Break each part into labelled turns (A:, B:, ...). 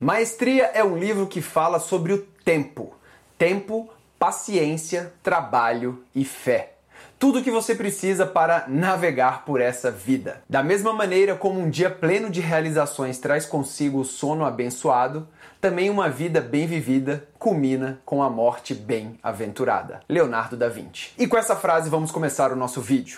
A: Maestria é um livro que fala sobre o tempo. Tempo, paciência, trabalho e fé. Tudo o que você precisa para navegar por essa vida. Da mesma maneira como um dia pleno de realizações traz consigo o sono abençoado, também uma vida bem vivida culmina com a morte bem-aventurada. Leonardo da Vinci. E com essa frase vamos começar o nosso vídeo.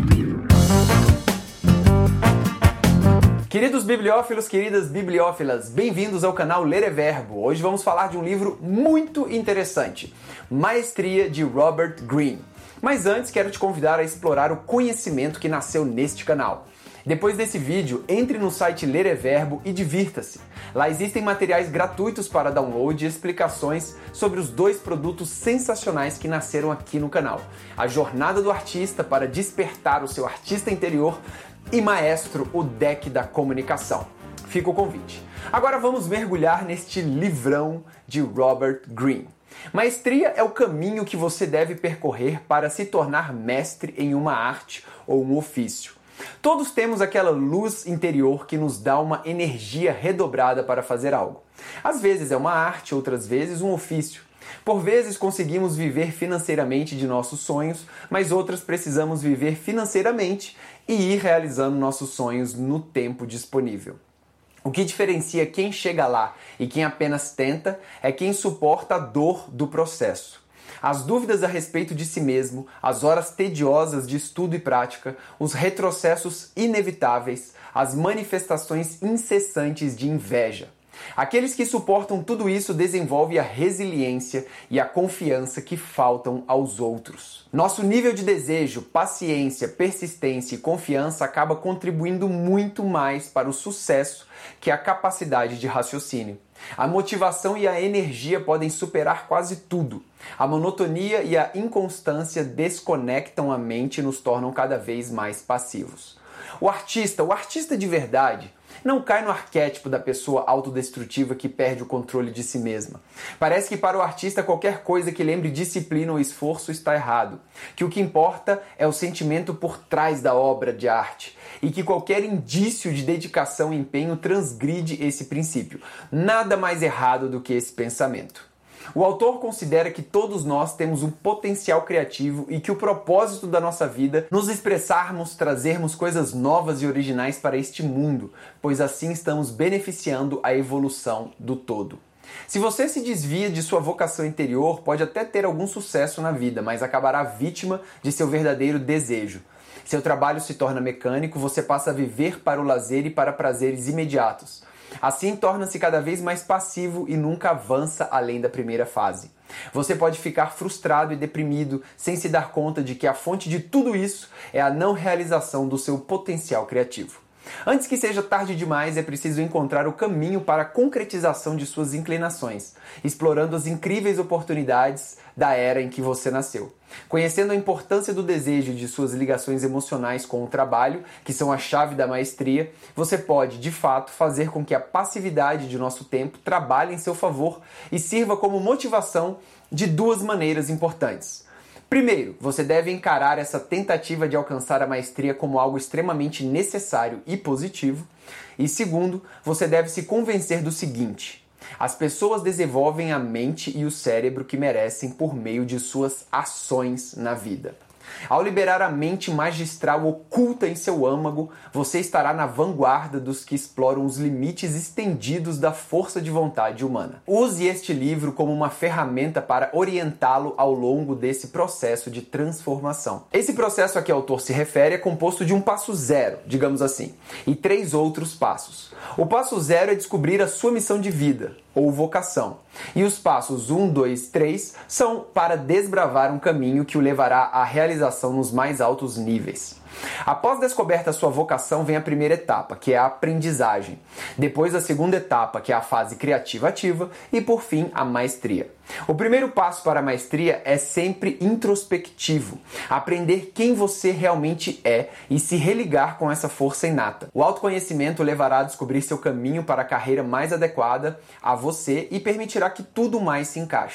A: Queridos bibliófilos, queridas bibliófilas, bem-vindos ao canal Ler é Verbo. Hoje vamos falar de um livro muito interessante, Maestria, de Robert Greene. Mas antes, quero te convidar a explorar o conhecimento que nasceu neste canal. Depois desse vídeo, entre no site Ler é Verbo e divirta-se. Lá existem materiais gratuitos para download e explicações sobre os dois produtos sensacionais que nasceram aqui no canal. A Jornada do Artista para despertar o seu artista interior e Maestro, o deck da comunicação. Fica o convite. Agora vamos mergulhar neste livrão de Robert Greene. Maestria é o caminho que você deve percorrer para se tornar mestre em uma arte ou um ofício. Todos temos aquela luz interior que nos dá uma energia redobrada para fazer algo. Às vezes é uma arte, outras vezes um ofício. Por vezes conseguimos viver financeiramente de nossos sonhos, mas outras precisamos viver financeiramente e ir realizando nossos sonhos no tempo disponível. O que diferencia quem chega lá e quem apenas tenta é quem suporta a dor do processo. As dúvidas a respeito de si mesmo, as horas tediosas de estudo e prática, os retrocessos inevitáveis, as manifestações incessantes de inveja. Aqueles que suportam tudo isso desenvolvem a resiliência e a confiança que faltam aos outros. Nosso nível de desejo, paciência, persistência e confiança acaba contribuindo muito mais para o sucesso que a capacidade de raciocínio. A motivação e a energia podem superar quase tudo. A monotonia e a inconstância desconectam a mente e nos tornam cada vez mais passivos. O artista de verdade, não cai no arquétipo da pessoa autodestrutiva que perde o controle de si mesma. Parece que para o artista qualquer coisa que lembre disciplina ou esforço está errado, que o que importa é o sentimento por trás da obra de arte e que qualquer indício de dedicação e empenho transgride esse princípio. Nada mais errado do que esse pensamento. O autor considera que todos nós temos um potencial criativo e que o propósito da nossa vida é nos expressarmos, trazermos coisas novas e originais para este mundo, pois assim estamos beneficiando a evolução do todo. Se você se desvia de sua vocação interior, pode até ter algum sucesso na vida, mas acabará vítima de seu verdadeiro desejo. Seu trabalho se torna mecânico, você passa a viver para o lazer e para prazeres imediatos. Assim, torna-se cada vez mais passivo e nunca avança além da primeira fase. Você pode ficar frustrado e deprimido sem se dar conta de que a fonte de tudo isso é a não realização do seu potencial criativo. Antes que seja tarde demais, é preciso encontrar o caminho para a concretização de suas inclinações, explorando as incríveis oportunidades da era em que você nasceu. Conhecendo a importância do desejo e de suas ligações emocionais com o trabalho, que são a chave da maestria, você pode, de fato, fazer com que a passividade de nosso tempo trabalhe em seu favor e sirva como motivação de duas maneiras importantes. Primeiro, você deve encarar essa tentativa de alcançar a maestria como algo extremamente necessário e positivo. E segundo, você deve se convencer do seguinte: as pessoas desenvolvem a mente e o cérebro que merecem por meio de suas ações na vida. Ao liberar a mente magistral oculta em seu âmago, você estará na vanguarda dos que exploram os limites estendidos da força de vontade humana. Use este livro como uma ferramenta para orientá-lo ao longo desse processo de transformação. Esse processo a que o autor se refere é composto de um passo zero, digamos assim, e 3 outros passos. O passo zero é descobrir a sua missão de vida, ou vocação. E os passos 1, 2, 3 são para desbravar um caminho que o levará à realização nos mais altos níveis. Após descoberta a sua vocação, vem a primeira etapa, que é a aprendizagem. Depois a segunda etapa, que é a fase criativa ativa, e por fim a maestria. O primeiro passo para a maestria é sempre introspectivo, aprender quem você realmente é e se religar com essa força inata. O autoconhecimento levará a descobrir seu caminho para a carreira mais adequada a você e permitirá que tudo mais se encaixe.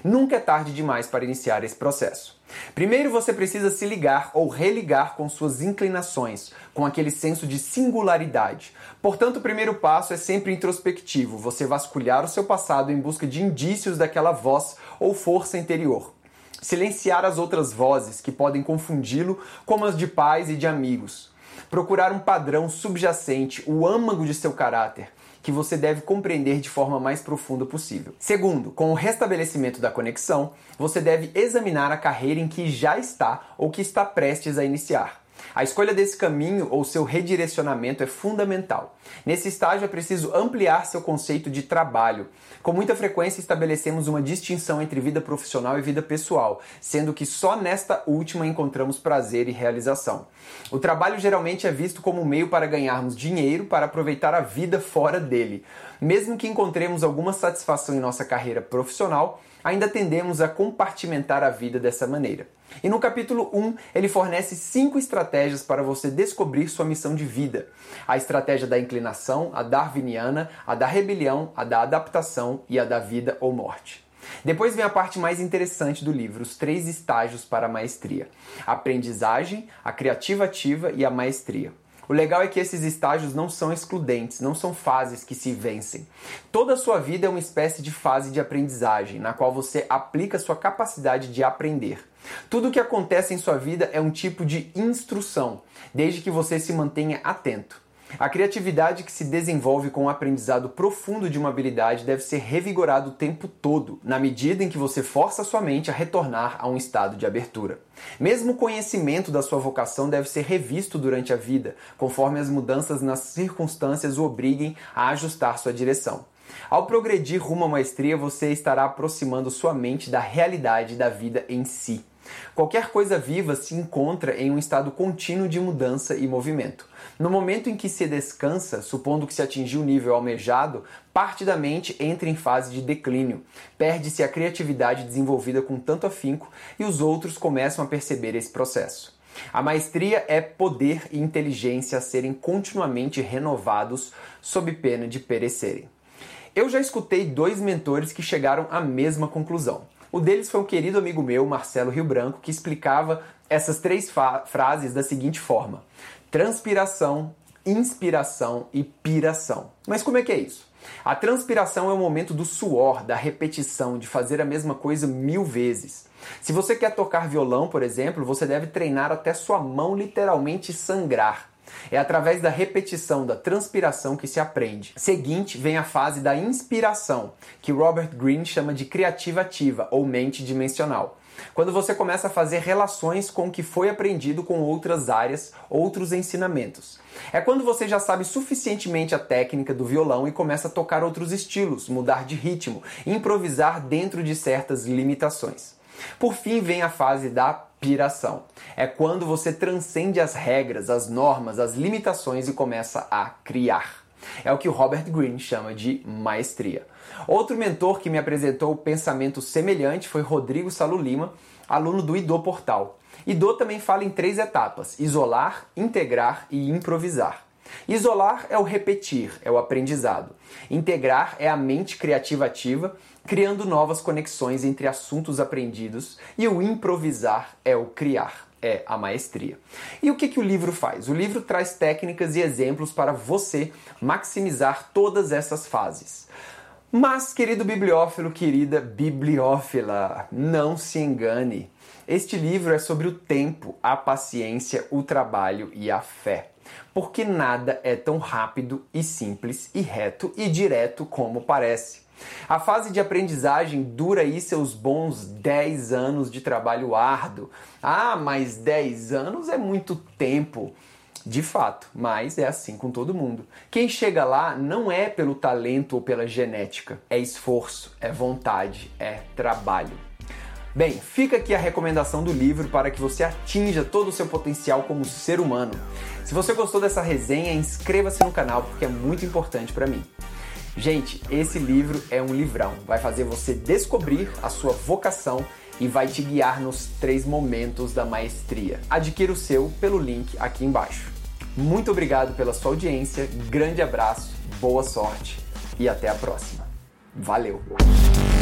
A: Nunca é tarde demais para iniciar esse processo. Primeiro você precisa se ligar ou religar com suas inclinações, com aquele senso de singularidade. Portanto, o primeiro passo é sempre introspectivo, você vasculhar o seu passado em busca de indícios daquela voz ou força interior. Silenciar as outras vozes que podem confundi-lo, como as de pais e de amigos. Procurar um padrão subjacente, o âmago de seu caráter, que você deve compreender de forma mais profunda possível. Segundo, com o restabelecimento da conexão, você deve examinar a carreira em que já está ou que está prestes a iniciar. A escolha desse caminho ou seu redirecionamento é fundamental. Nesse estágio é preciso ampliar seu conceito de trabalho. Com muita frequência estabelecemos uma distinção entre vida profissional e vida pessoal, sendo que só nesta última encontramos prazer e realização. O trabalho geralmente é visto como um meio para ganharmos dinheiro para aproveitar a vida fora dele. Mesmo que encontremos alguma satisfação em nossa carreira profissional, ainda tendemos a compartimentar a vida dessa maneira. E no capítulo 1, ele fornece 5 estratégias para você descobrir sua missão de vida. A estratégia da inclinação, a darwiniana, a da rebelião, a da adaptação e a da vida ou morte. Depois vem a parte mais interessante do livro, os 3 estágios para a maestria. A aprendizagem, a criativa ativa e a maestria. O legal é que esses estágios não são excludentes, não são fases que se vencem. Toda a sua vida é uma espécie de fase de aprendizagem, na qual você aplica sua capacidade de aprender. Tudo o que acontece em sua vida é um tipo de instrução, desde que você se mantenha atento. A criatividade que se desenvolve com o aprendizado profundo de uma habilidade deve ser revigorada o tempo todo, na medida em que você força sua mente a retornar a um estado de abertura. Mesmo o conhecimento da sua vocação deve ser revisto durante a vida, conforme as mudanças nas circunstâncias o obriguem a ajustar sua direção. Ao progredir rumo à maestria, você estará aproximando sua mente da realidade da vida em si. Qualquer coisa viva se encontra em um estado contínuo de mudança e movimento. No momento em que se descansa, supondo que se atingiu o nível almejado, parte da mente entra em fase de declínio. Perde-se a criatividade desenvolvida com tanto afinco e os outros começam a perceber esse processo. A maestria é poder e inteligência a serem continuamente renovados sob pena de perecerem. Eu já escutei 2 mentores que chegaram à mesma conclusão. O deles foi um querido amigo meu, Marcelo Rio Branco, que explicava essas 3 frases da seguinte forma: transpiração, inspiração e piração. Mas como é que é isso? A transpiração é o momento do suor, da repetição, de fazer a mesma coisa 1000 vezes. Se você quer tocar violão, por exemplo, você deve treinar até sua mão literalmente sangrar. É através da repetição, da transpiração que se aprende. Seguinte vem a fase da inspiração, que Robert Greene chama de criativa ativa ou mente dimensional. Quando você começa a fazer relações com o que foi aprendido com outras áreas, outros ensinamentos. É quando você já sabe suficientemente a técnica do violão e começa a tocar outros estilos, mudar de ritmo, improvisar dentro de certas limitações. Por fim vem a fase da piração. É quando você transcende as regras, as normas, as limitações e começa a criar. É o que o Robert Greene chama de maestria. Outro mentor que me apresentou o pensamento semelhante foi Rodrigo Salo Lima, aluno do Ido Portal. Ido também fala em 3 etapas: isolar, integrar e improvisar. Isolar é o repetir, é o aprendizado. Integrar é a mente criativa ativa, criando novas conexões entre assuntos aprendidos. E o improvisar é o criar, é a maestria. E o que o livro faz? O livro traz técnicas e exemplos para você maximizar todas essas fases. Mas, querido bibliófilo, querida bibliófila, não se engane. Este livro é sobre o tempo, a paciência, o trabalho e a fé. Porque nada é tão rápido e simples e reto e direto como parece. A fase de aprendizagem dura aí seus bons 10 anos de trabalho árduo. Ah, mas 10 anos é muito tempo. De fato, mas é assim com todo mundo. Quem chega lá não é pelo talento ou pela genética. É esforço, é vontade, é trabalho. Bem, fica aqui a recomendação do livro para que você atinja todo o seu potencial como ser humano. Se você gostou dessa resenha, inscreva-se no canal porque é muito importante para mim. Gente, esse livro é um livrão. Vai fazer você descobrir a sua vocação e vai te guiar nos 3 momentos da maestria. Adquira o seu pelo link aqui embaixo. Muito obrigado pela sua audiência, grande abraço, boa sorte e até a próxima. Valeu!